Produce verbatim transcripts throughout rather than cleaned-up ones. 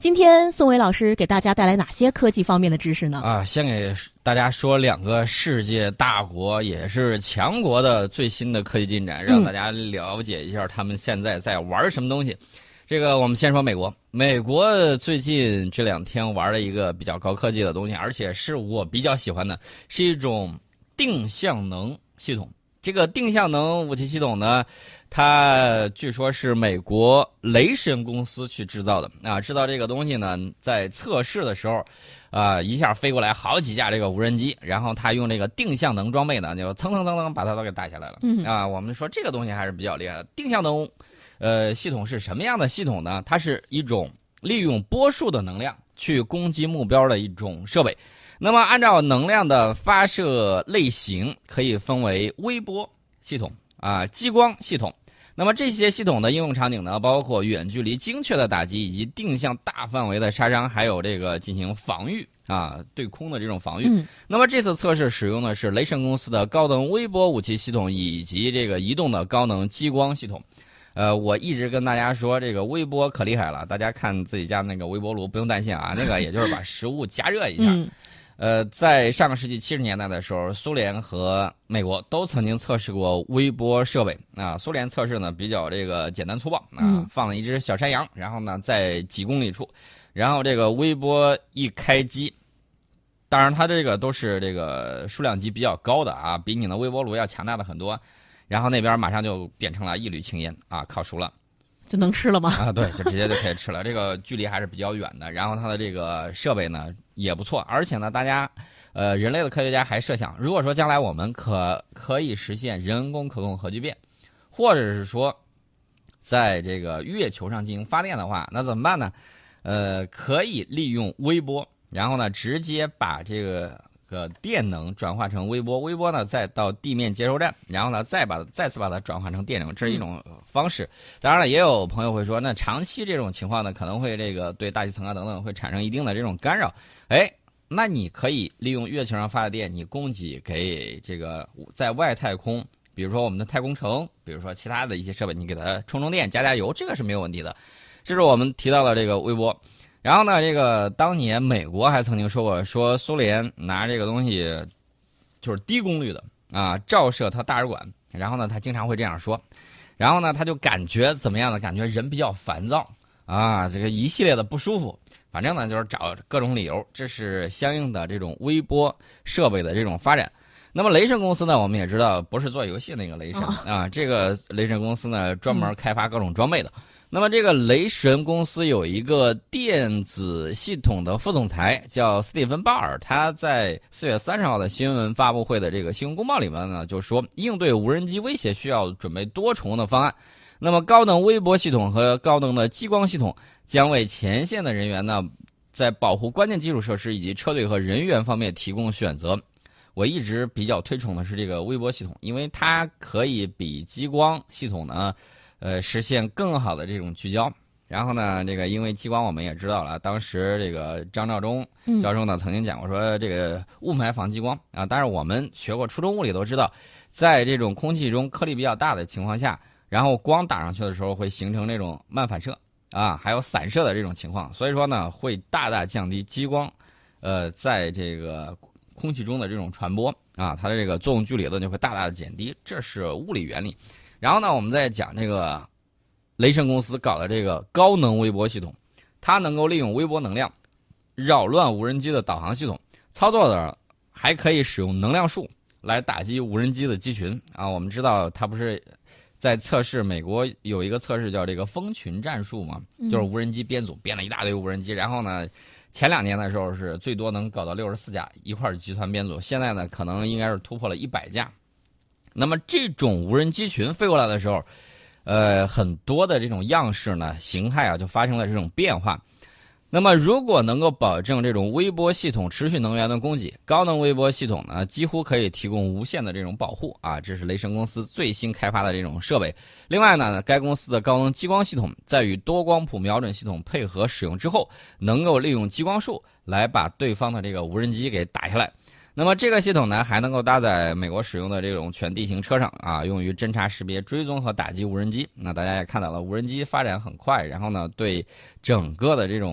今天宋伟老师给大家带来哪些科技方面的知识呢？ 啊，先给大家说两个世界大国也是强国的最新的科技进展，让大家了解一下他们现在在玩什么东西。这个我们先说美国，美国最近这两天玩了一个比较高科技的东西，而且是我比较喜欢的，是一种定向能系统。这个定向能武器系统呢，它据说是美国雷神公司去制造的啊。制造这个东西呢，在测试的时候，啊、呃，一下飞过来好几架这个无人机，然后他用这个定向能装备呢，就蹭蹭蹭蹭把它都给打下来了。 嗯啊，我们说这个东西还是比较厉害的。定向能，呃，系统是什么样的系统呢？它是一种利用波束的能量去攻击目标的一种设备。那么按照能量的发射类型，可以分为微波系统啊、激光系统。那么这些系统的应用场景呢，包括远距离精确的打击，以及定向大范围的杀伤，还有这个进行防御啊，对空的这种防御。 嗯、 那么这次测试使用的是雷神公司的高能微波武器系统，以及这个移动的高能激光系统。呃，我一直跟大家说，这个微波可厉害了，大家看自己家那个微波炉不用担心啊，那个也就是把食物加热一下。 嗯呃，在上个世纪七十年代的时候，苏联和美国都曾经测试过微波设备啊。苏联测试呢比较这个简单粗暴啊，放了一只小山羊，然后呢在几公里处，然后这个微波一开机，当然它这个都是这个数量级比较高的啊，比你的微波炉要强大的很多。然后那边马上就变成了一缕青烟啊，烤熟了。 就能吃了吗？ 啊，对，就直接就可以吃了。这个距离还是比较远的，然后它的这个设备呢也不错，而且呢，大家，呃，人类的科学家还设想，如果说将来我们可可以实现人工可控核聚变，或者是说，在这个月球上进行发电的话，那怎么办呢？呃，可以利用微波，然后呢，直接把这个。个电能转化成微波，微波呢再到地面接收站，然后呢再把再次把它转换成电能，这是一种方式。当然了，也有朋友会说，那长期这种情况呢，可能会这个对大气层啊等等会产生一定的这种干扰。哎，那你可以利用月球上发的电，你供给给这个在外太空，比如说我们的太空城，比如说其他的一些设备，你给它充充电、加加油，这个是没有问题的。这是我们提到的这个微波。然后呢，这个当年美国还曾经说过，说苏联拿这个东西就是低功率的啊，照射它大使馆，然后呢，他经常会这样说，然后呢，他就感觉怎么样呢？感觉人比较烦躁啊，这个一系列的不舒服，反正呢就是找各种理由。这是相应的这种微波设备的这种发展。那么雷神公司呢，我们也知道不是做游戏那个雷神、哦、啊，这个雷神公司呢专门开发各种装备的。嗯那么这个雷神公司有一个电子系统的副总裁叫斯蒂芬·鲍尔，他在四月三十号的新闻发布会的这个新闻公报里面呢，就说应对无人机威胁需要准备多重的方案。那么高能微波系统和高能的激光系统将为前线的人员呢，在保护关键基础设施以及车队和人员方面提供选择。我一直比较推崇的是这个微波系统，因为它可以比激光系统呢。呃，实现更好的这种聚焦。然后呢，这个因为激光我们也知道了，当时这个张召忠教授呢、嗯、曾经讲过说，这个雾霾防激光啊。但是我们学过初中物理都知道，在这种空气中颗粒比较大的情况下，然后光打上去的时候会形成这种漫反射啊，还有散射的这种情况。所以说呢，会大大降低激光，呃，在这个空气中的这种传播啊，它的这个作用距离呢就会大大的减低，这是物理原理。然后呢，我们再讲这个雷神公司搞的这个高能微波系统，它能够利用微波能量扰乱无人机的导航系统，操作的还可以使用能量束来打击无人机的机群啊。我们知道它不是在测试，美国有一个测试叫这个蜂群战术嘛，就是无人机编组编了一大堆无人机，然后呢，前两年的时候是最多能搞到六十四架一块集团编组，现在呢可能应该是突破了一百架。那么这种无人机群飞过来的时候，呃，很多的这种样式呢、形态啊，就发生了这种变化。那么如果能够保证这种微波系统持续能源的供给，高能微波系统呢，几乎可以提供无限的这种保护啊。这是雷神公司最新开发的这种设备。另外呢，该公司的高能激光系统在与多光谱瞄准系统配合使用之后，能够利用激光束来把对方的这个无人机给打下来。那么这个系统呢，还能够搭载美国使用的这种全地形车上啊，用于侦察、识别、追踪和打击无人机。那大家也看到了，无人机发展很快，然后呢，对整个的这种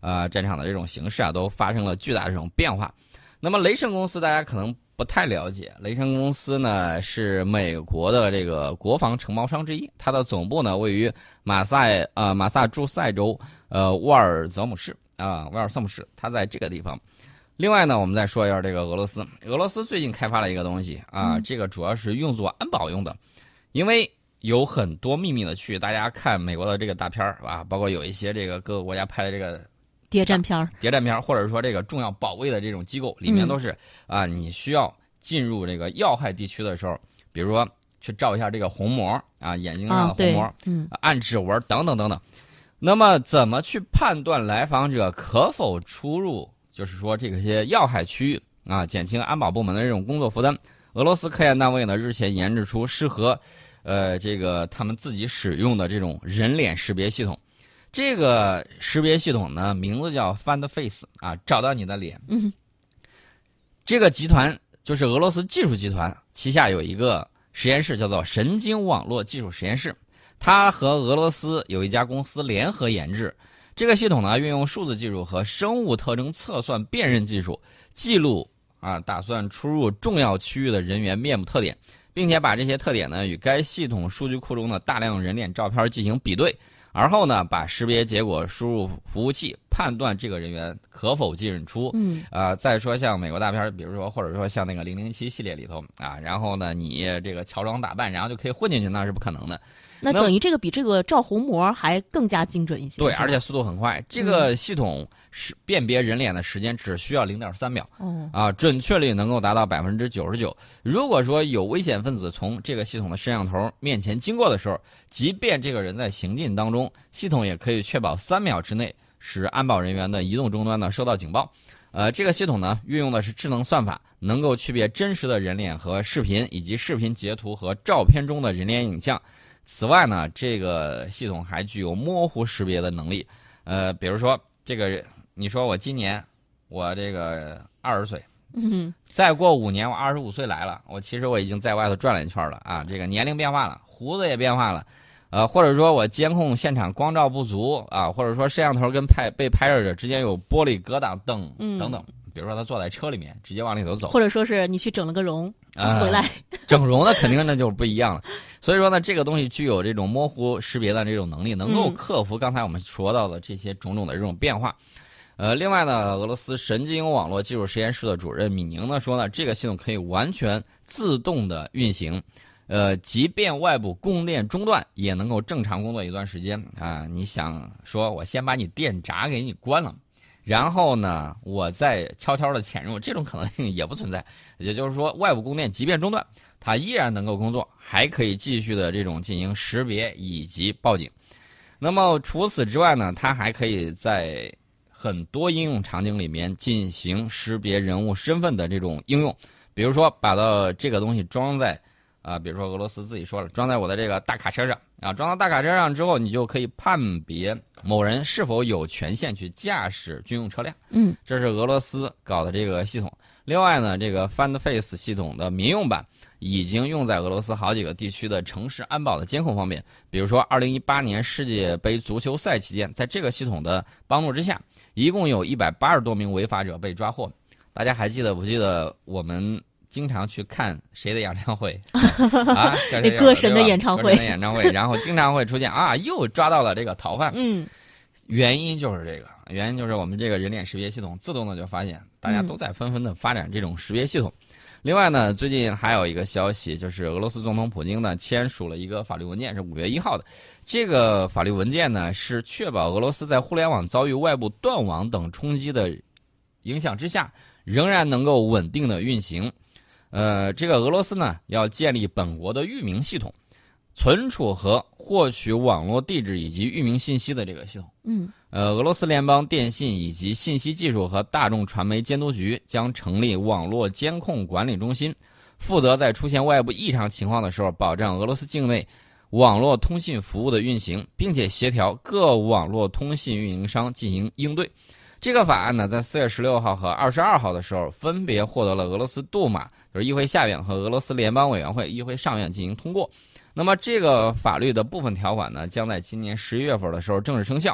呃战场的这种形势啊，都发生了巨大的这种变化。那么雷神公司大家可能不太了解，雷神公司呢是美国的这个国防承包商之一，它的总部呢位于马赛呃马萨诸塞州呃沃尔泽姆市啊沃尔瑟姆市，它在这个地方。另外呢，我们再说一下这个俄罗斯，俄罗斯最近开发了一个东西啊，这个主要是用作安保用的，因为有很多秘密的区域，大家看美国的这个大片儿啊，包括有一些这个各个国家拍的这个。 谍战片儿， 谍战片儿，或者说这个重要保卫的这种机构，里面都是、嗯、啊，你需要进入这个要害地区的时候，比如说去照一下这个虹膜啊，眼睛上的虹膜， 啊、嗯， 按指纹等等等等。那么，怎么去判断来访者可否出入？就是说这些要害区域啊，减轻安保部门的这种工作负担。俄罗斯科研单位呢日前研制出适合呃这个他们自己使用的这种人脸识别系统。这个识别系统呢，名字叫 Find Face 啊，找到你的脸。 嗯， 这个集团就是俄罗斯技术集团旗下有一个实验室，叫做神经网络技术实验室。它和俄罗斯有一家公司联合研制这个系统呢，运用数字技术和生物特征测算辨认技术，记录啊打算出入重要区域的人员面部特点，并且把这些特点呢与该系统数据库中的大量人脸照片进行比对。而后呢，把识别结果输入服务器，判断这个人员可否进出。 嗯， 呃，再说像美国大片，比如说或者说像那个零零七系列里头啊，然后呢，你这个乔装打扮，然后就可以混进去，那是不可能的。 那等于这个比这个照虹膜还更加精准一些。 对，而且速度很快。这个系统是辨别人脸的时间只需要零点三秒。 哦， 啊，准确率能够达到百分之九十九。如果说有危险分子从这个系统的摄像头面前经过的时候，即便这个人在行进当中，系统也可以确保三秒之内使安保人员的移动终端呢收到警报。呃，这个系统呢运用的是智能算法，能够区别真实的人脸和视频，以及视频截图和照片中的人脸影像。此外呢，这个系统还具有模糊识别的能力。呃，比如说这个，你说我今年我这个二十岁， 嗯， 再过五年我二十五岁来了，我其实我已经在外头转了一圈了啊，这个年龄变化了，胡子也变化了，呃，或者说我监控现场光照不足啊，或者说摄像头跟拍被拍摄者之间有玻璃隔挡等等等。比如说他坐在车里面直接往里头走， 或者说是你去整了个容、呃、回来， 整容的肯定那就不一样了。所以说呢，这个东西具有这种模糊识别的这种能力，能够克服刚才我们说到的这些种种的这种变化。呃，另外呢，俄罗斯神经网络技术实验室的主任米宁呢说呢，这个系统可以完全自动的运行，呃，即便外部供电中断，也能够正常工作一段时间啊。你想说，我先把你电闸给你关了。然后呢，我再悄悄的潜入，这种可能性也不存在。也就是说，外部供电即便中断，它依然能够工作，还可以继续的这种进行识别以及报警。那么除此之外呢，它还可以在很多应用场景里面进行识别人物身份的这种应用。比如说，把到这个东西装在啊、呃，比如说俄罗斯自己说了，装在我的这个大卡车上啊，装到大卡车上之后，你就可以判别某人是否有权限去驾驶军用车辆。 嗯， 这是俄罗斯搞的这个系统。另外呢，这个 Find Face 系统的民用版已经用在俄罗斯好几个地区的城市安保的监控方面。比如说，二零一八年世界杯足球赛期间，在这个系统的帮助之下，一共有一百八十多名违法者被抓获。大家还记得不记得我们经常去看谁的演唱会啊？ 那歌神的演唱会， 歌神的演唱会，然后经常会出现啊，又抓到了这个逃犯。 嗯， 原因就是这个，原因就是我们这个人脸识别系统自动的就发现，大家都在纷纷的发展这种识别系统。嗯、另外呢，最近还有一个消息，就是俄罗斯总统普京呢签署了一个法律文件，是五月一号的。这个法律文件呢是确保俄罗斯在互联网遭遇外部断网等冲击的影响之下，仍然能够稳定的运行。呃，这个俄罗斯呢要建立本国的域名系统，存储和获取网络地址以及域名信息的这个系统。 嗯， 呃，俄罗斯联邦电信以及信息技术和大众传媒监督局将成立网络监控管理中心，负责在出现外部异常情况的时候，保障俄罗斯境内网络通信服务的运行，并且协调各网络通信运营商进行应对。这个法案呢，在四月十六号和二十二号的时候，分别获得了俄罗斯杜马，就是议会下院和俄罗斯联邦委员会议会上院进行通过。那么这个法律的部分条款呢，将在今年十一月份的时候正式生效。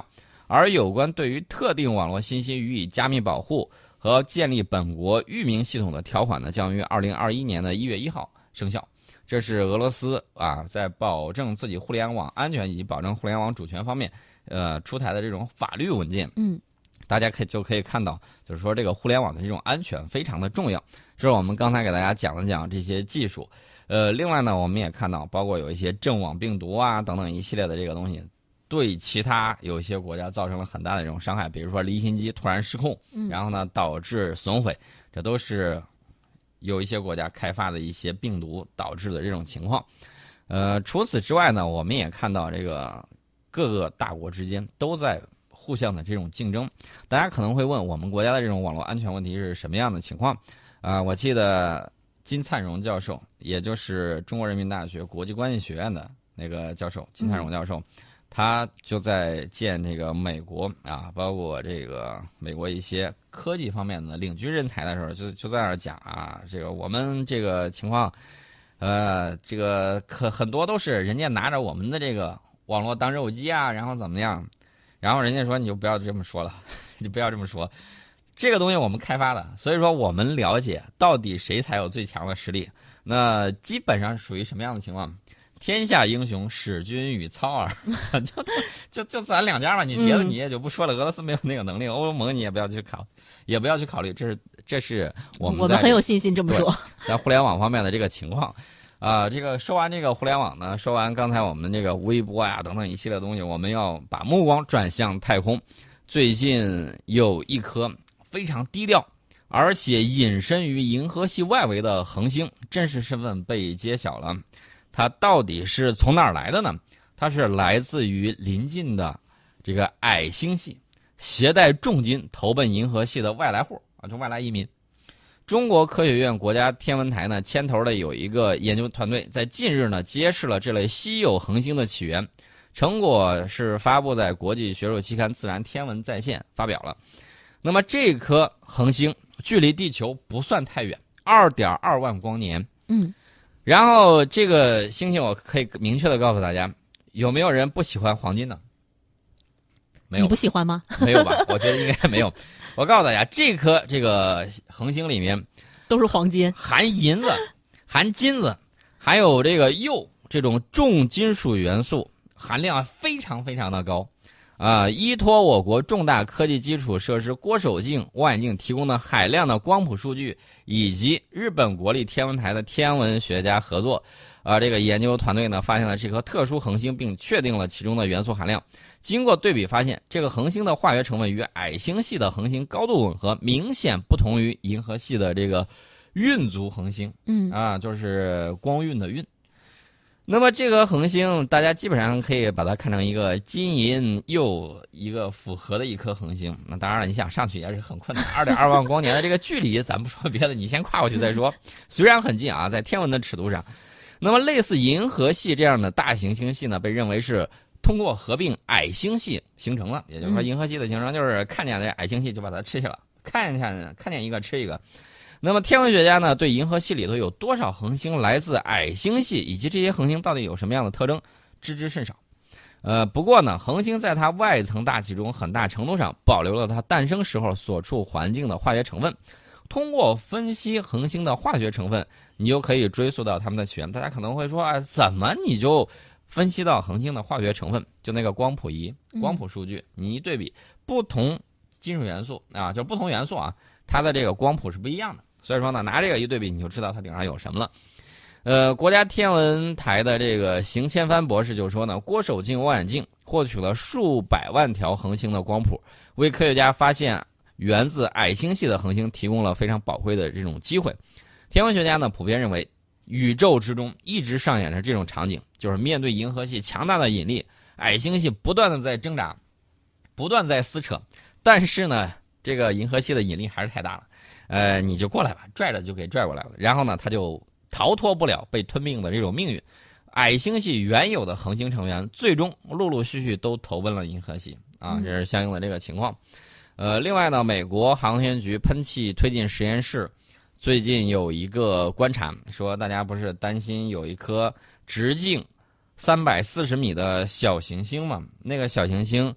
而有关对于特定网络信息予以加密保护和建立本国域名系统的条款呢，将于二零二一年的一月一号生效。这是俄罗斯啊，在保证自己互联网安全以及保证互联网主权方面，呃，出台的这种法律文件。 嗯， 大家可以就可以看到，就是说这个互联网的这种安全非常的重要。这是我们刚才给大家讲了讲这些技术。呃，另外呢，我们也看到，包括有一些正网病毒啊等等一系列的这个东西，对其他有一些国家造成了很大的这种伤害，比如说离心机突然失控，然后呢导致损毁，这都是有一些国家开发的一些病毒导致的这种情况。呃，除此之外呢，我们也看到这个各个大国之间都在互相的这种竞争。大家可能会问，我们国家的这种网络安全问题是什么样的情况？啊、呃，我记得金灿荣教授，也就是中国人民大学国际关系学院的那个教授，金灿荣教授。嗯，他就在见这个美国啊，包括这个美国一些科技方面的领军人才的时候，就就在那儿讲啊，这个我们这个情况，呃，这个可很多都是人家拿着我们的这个网络当肉鸡啊，然后怎么样，然后人家说你就不要这么说了，你就不要这么说，这个东西我们开发的，所以说我们了解到底谁才有最强的实力，那基本上属于什么样的情况？天下英雄使君与操耳，就就就咱两家嘛，你别的你也就不说了。俄罗斯没有那个能力，欧盟你也不要去考，也不要去考虑。这是这是我们我们很有信心这么说。 在互联网方面的这个情况，啊、呃，这个说完这个互联网呢，说完刚才我们这个微波呀等等一系列东西，我们要把目光转向太空。最近有一颗非常低调，而且隐身于银河系外围的恒星，真实身份被揭晓了。它到底是从哪儿来的呢？它是来自于邻近的这个矮星系，携带重金投奔银河系的外来户啊，就外来移民。中国科学院国家天文台呢牵头的有一个研究团队，在近日呢揭示了这类稀有恒星的起源，成果是发布在国际学术期刊《自然天文在线》发表了。那么这颗恒星距离地球不算太远， 二点二万光年。 嗯。 然后这个星星我可以明确的告诉大家，有没有人不喜欢黄金呢？没有。 你不喜欢吗？ 没有吧？我觉得应该没有。我告诉大家，这颗这个恒星里面都是黄金， 含银子、含金子，还有这个铀这种重金属元素含量非常非常的高。啊、呃，依托我国重大科技基础设施郭守敬望远镜提供的海量的光谱数据，以及日本国立天文台的天文学家合作，啊、呃，这个研究团队呢发现了这颗特殊恒星，并确定了其中的元素含量。经过对比发现，这个恒星的化学成分与矮星系的恒星高度吻合，明显不同于银河系的这个晕族恒星。 嗯啊，就是光晕的晕。那么这个恒星，大家基本上可以把它看成一个金银铀一个复合的一颗恒星。那当然了，你想上去也是很困难，二点二万光年的这个距离，咱不说别的，你先跨过去再说。虽然很近啊，在天文的尺度上，那么类似银河系这样的大型星系呢，被认为是通过合并矮星系形成了。也就是说，银河系的形成就是看见这矮星系就把它吃去了，看见看见一个吃一个。那么天文学家呢，对银河系里头有多少恒星来自矮星系，以及这些恒星到底有什么样的特征，知之甚少。呃，不过呢，恒星在它外层大气中很大程度上保留了它诞生时候所处环境的化学成分。通过分析恒星的化学成分，你就可以追溯到它们的起源。大家可能会说啊，怎么你就分析到恒星的化学成分？就那个光谱仪、光谱数据，你一对比不同金属元素啊，就不同元素啊，它的这个光谱是不一样的。所以说呢，拿这个一对比，你就知道它顶上有什么了。呃，国家天文台的这个邢千帆博士就说呢，郭守敬望远镜获取了数百万条恒星的光谱，为科学家发现源自矮星系的恒星提供了非常宝贵的这种机会。天文学家呢普遍认为，宇宙之中一直上演着这种场景，就是面对银河系强大的引力，矮星系不断的在挣扎，不断在撕扯，但是呢，这个银河系的引力还是太大了。呃，你就过来吧，拽着就给拽过来了。然后呢，他就逃脱不了被吞并的这种命运。矮星系原有的恒星成员，最终陆陆续续都投奔了银河系啊，这是相应的这个情况。呃，另外呢，美国航天局喷气推进实验室最近有一个观察，说大家不是担心有一颗直径三百四十米的小行星嘛？那个小行星，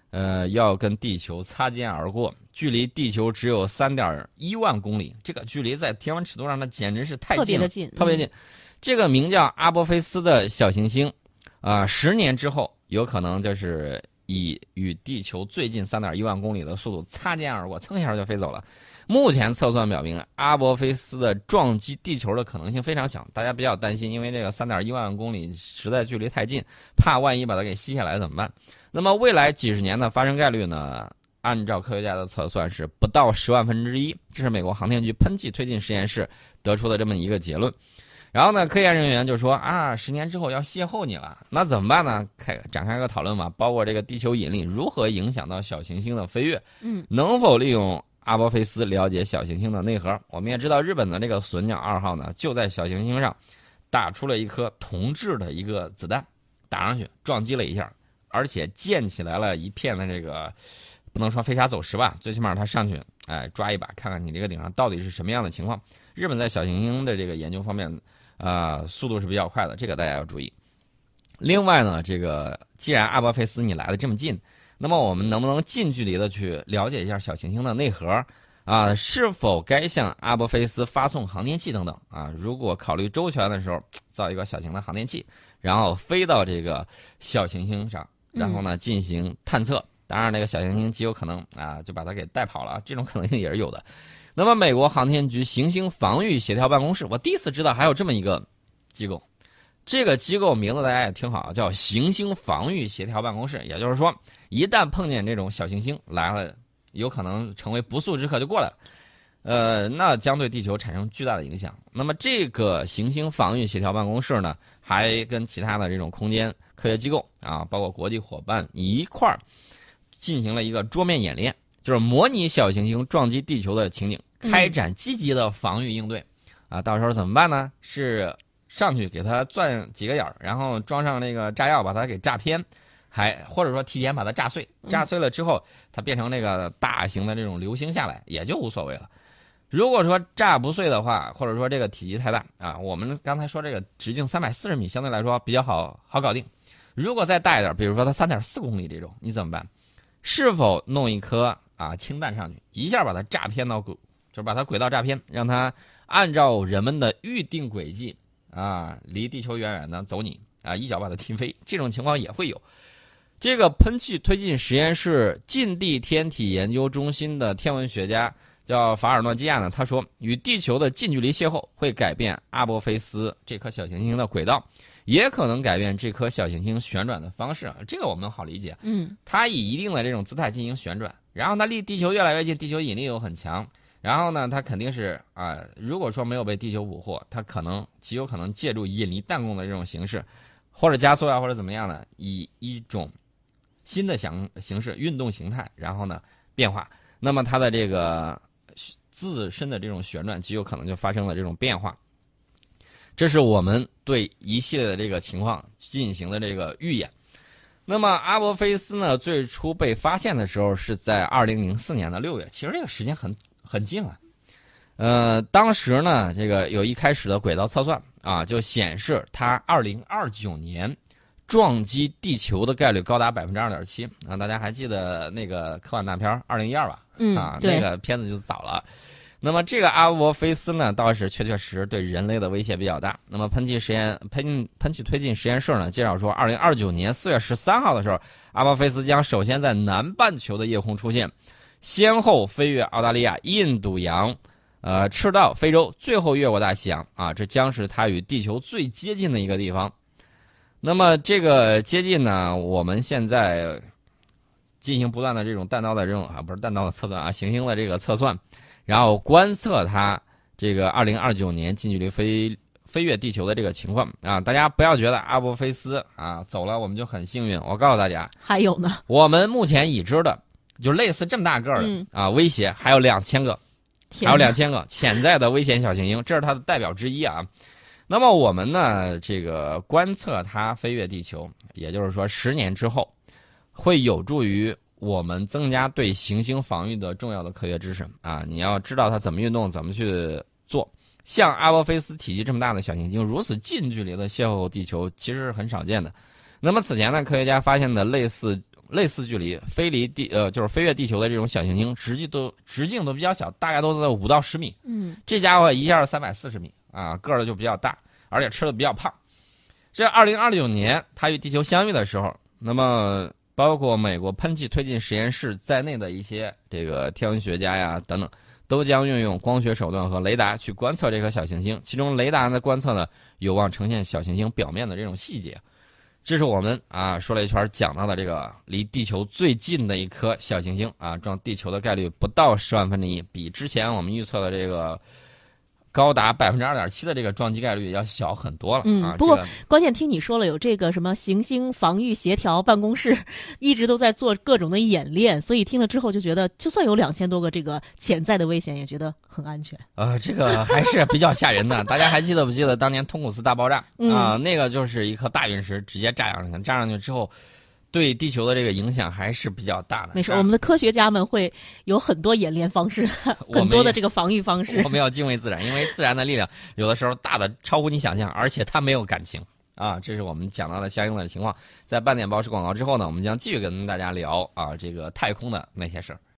呃，要跟地球擦肩而过，距离地球只有三点一万公里，这个距离在天文尺度上，那简直是太近了， 特别的近， 特别近。这个名叫阿波菲斯的小行星，啊、呃，十年之后有可能就是以与地球最近三点一万公里的速度擦肩而过，蹭一下就飞走了。目前测算表明，阿波菲斯的撞击地球的可能性非常小，大家比较担心，因为这个三点一万公里实在距离太近，怕万一把它给吸下来怎么办？那么未来几十年的发生概率呢？按照科学家的测算是不到十万分之一，这是美国航天局喷气推进实验室得出的这么一个结论。然后呢，科研人员就说啊，十年之后要邂逅你了，那怎么办呢？开展开个讨论嘛，包括这个地球引力如何影响到小行星的飞跃， 嗯， 能否利用阿波菲斯了解小行星的内核？我们也知道，日本的这个隼鸟二号呢，就在小行星上打出了一颗铜制的一个子弹，打上去撞击了一下。而且溅起来了一片的这个，不能说飞沙走石吧，最起码他上去，哎，抓一把，看看你这个顶上到底是什么样的情况。日本在小行星的这个研究方面，呃，速度是比较快的，这个大家要注意。另外呢，这个既然阿波菲斯你来的这么近，那么我们能不能近距离的去了解一下小行星的内核啊？是否该向阿波菲斯发送航天器等等啊？如果考虑周全的时候，造一个小型的航天器，然后飞到这个小行星上。然后呢，进行探测。当然，那个小行星极有可能啊，就把它给带跑了，这种可能性也是有的。那么，美国航天局行星防御协调办公室，我第一次知道还有这么一个机构。这个机构名字大家也听好，叫行星防御协调办公室。也就是说，一旦碰见这种小行星来了，有可能成为不速之客就过来了。呃，那将对地球产生巨大的影响。那么，这个行星防御协调办公室呢，还跟其他的这种空间科学机构啊，包括国际伙伴一块儿进行了一个桌面演练，就是模拟小行星撞击地球的情景，开展积极的防御应对。啊，到时候怎么办呢？是上去给它钻几个眼儿，然后装上那个炸药，把它给炸偏。还或者说提前把它炸碎，炸碎了之后，它变成那个大型的这种流星下来，也就无所谓了。如果说炸不碎的话，或者说这个体积太大啊，我们刚才说这个直径三百四十米相对来说比较好好搞定。如果再大一点，比如说它三点四公里这种，你怎么办？是否弄一颗啊氢弹上去，一下把它炸偏到轨，就是把它轨道炸偏，让它按照人们的预定轨迹啊，离地球远远的走你啊，一脚把它踢飞，这种情况也会有。这个喷气推进实验室近地天体研究中心的天文学家叫法尔诺基亚呢，他说，与地球的近距离邂逅会改变阿波菲斯这颗小行星的轨道，也可能改变这颗小行星旋转的方式。这个我们好理解， 嗯， 它以一定的这种姿态进行旋转，然后它离地球越来越近，地球引力又很强，然后呢，它肯定是啊、呃，如果说没有被地球捕获，它可能极有可能借助引力弹弓的这种形式，或者加速啊，或者怎么样的，以一种新的形形式运动形态，然后呢变化，那么它的这个自身的这种旋转极有可能就发生了这种变化。这是我们对一系列的这个情况进行的这个预演。那么阿波菲斯呢，最初被发现的时候是在二零零四年的六月，其实这个时间很很近了。呃，当时呢，这个有一开始的轨道测算啊，就显示它二零二九年撞击地球的概率高达百分之二点七啊！大家还记得那个科幻大片《二零一二》吧？ 嗯， 啊，那个片子就早了。那么这个阿波菲斯呢，倒是确确实实对人类的威胁比较大。那么喷气实验喷喷气推进实验室呢，介绍说，二零二九年四月十三号的时候，阿波菲斯将首先在南半球的夜空出现，先后飞越澳大利亚、印度洋。呃，赤道、非洲，最后越过大西洋啊，这将是它与地球最接近的一个地方。那么这个接近呢，我们现在进行不断的这种弹道的这种啊，不是弹道的测算啊，行星的这个测算，然后观测它这个二零二九年近距离飞飞越地球的这个情况啊。大家不要觉得阿波菲斯啊走了我们就很幸运，我告诉大家， 还有呢， 我们目前已知的就类似这么大个儿的、 嗯、 啊威胁还有两千个。还有两千个潜在的危险小行星，这是它的代表之一啊。那么我们呢，这个观测它飞越地球，也就是说十年之后，会有助于我们增加对行星防御的重要的科学知识啊。你要知道它怎么运动，怎么去做。像阿波菲斯体积这么大的小行星，如此近距离的邂逅地球，其实是很少见的。那么此前呢，科学家发现的类似类似距离飞离地呃就是飞越地球的这种小行星，直径都直径都比较小，大概都在五到十米。 嗯， 这家伙一下三百四十米啊，个儿就比较大，而且吃的比较胖。这二零二九年它与地球相遇的时候，那么包括美国喷气推进实验室在内的一些这个天文学家呀等等，都将运用光学手段和雷达去观测这颗小行星。其中雷达的观测呢，有望呈现小行星表面的这种细节。这是我们啊说了一圈讲到的这个离地球最近的一颗小行星啊，撞地球的概率不到十万分之一，比之前我们预测的这个高达百分之二点七的这个撞击概率要小很多了。 嗯， 啊， 不过、 这个、 关键听你说了有这个什么行星防御协调办公室，一直都在做各种的演练，所以听了之后就觉得，就算有两千多个这个潜在的危险，也觉得很安全。 呃，这个还是比较吓人的。大家还记得不记得当年通古斯大爆炸啊、 嗯呃？那个就是一颗大陨石直接炸上去，炸上去之后，对地球的这个影响还是比较大的。 没事，我们的科学家们会有很多演练方式，很多的这个防御方式。 我们要敬畏自然，因为自然的力量有的时候大的超乎你想象，而且它没有感情啊。这是我们讲到的相应的情况。在半点报时广告之后呢，我们将继续跟大家聊啊这个太空的那些事儿。